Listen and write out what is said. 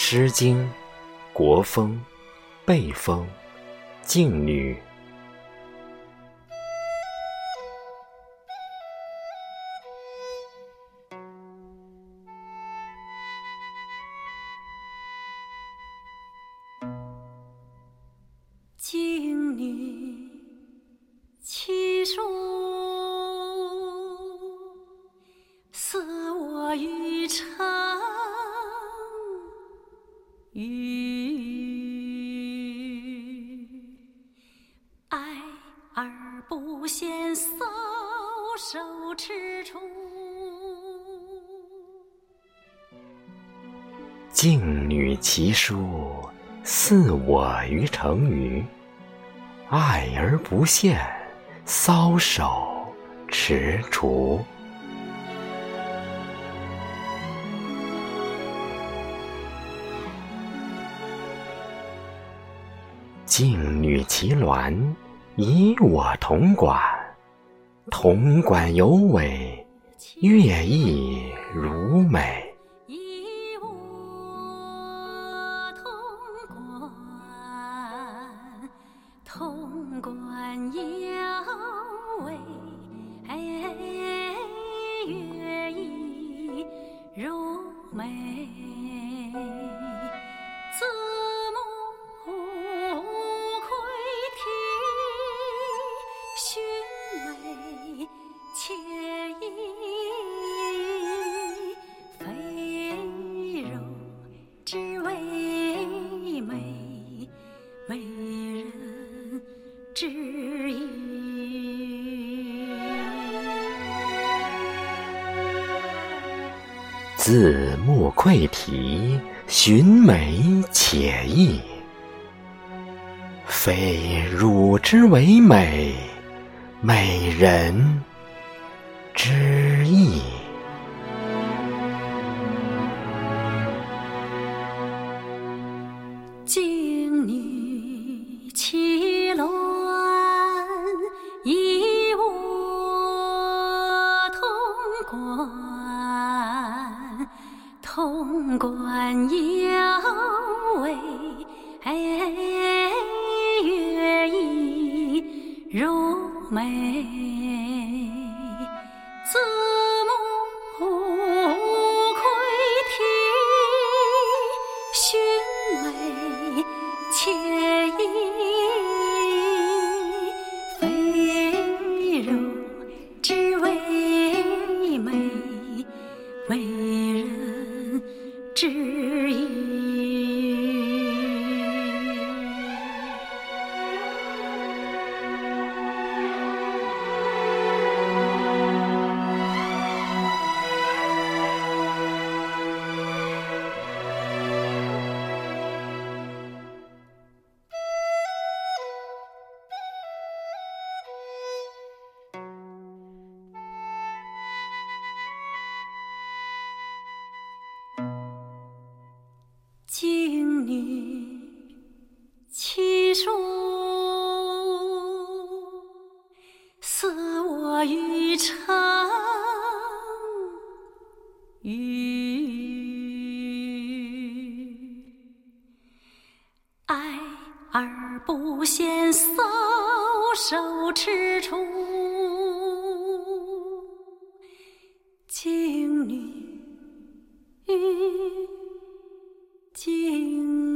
诗经》国风背风静女。 静女其孰似我欲成语，爱而不显，搔首踟蹰。 静女其孰似我于成鱼，爱而不见，搔首踟蹰。静女其鸾，以我同管，同管有尾，乐亦如美。 以我同管有尾，乐亦如美。子母窥庭，寻美且异，非柔之为美，美人之意。 子木窥题，寻美且异，非汝之为美，美人之意。 静女其鸾，以我同管有尾，乐亦如美。子母窥庭，寻美且异，非柔之为美，美人之意。静女其孰似我于成语，爱而不显，搔首踟蹰。静女静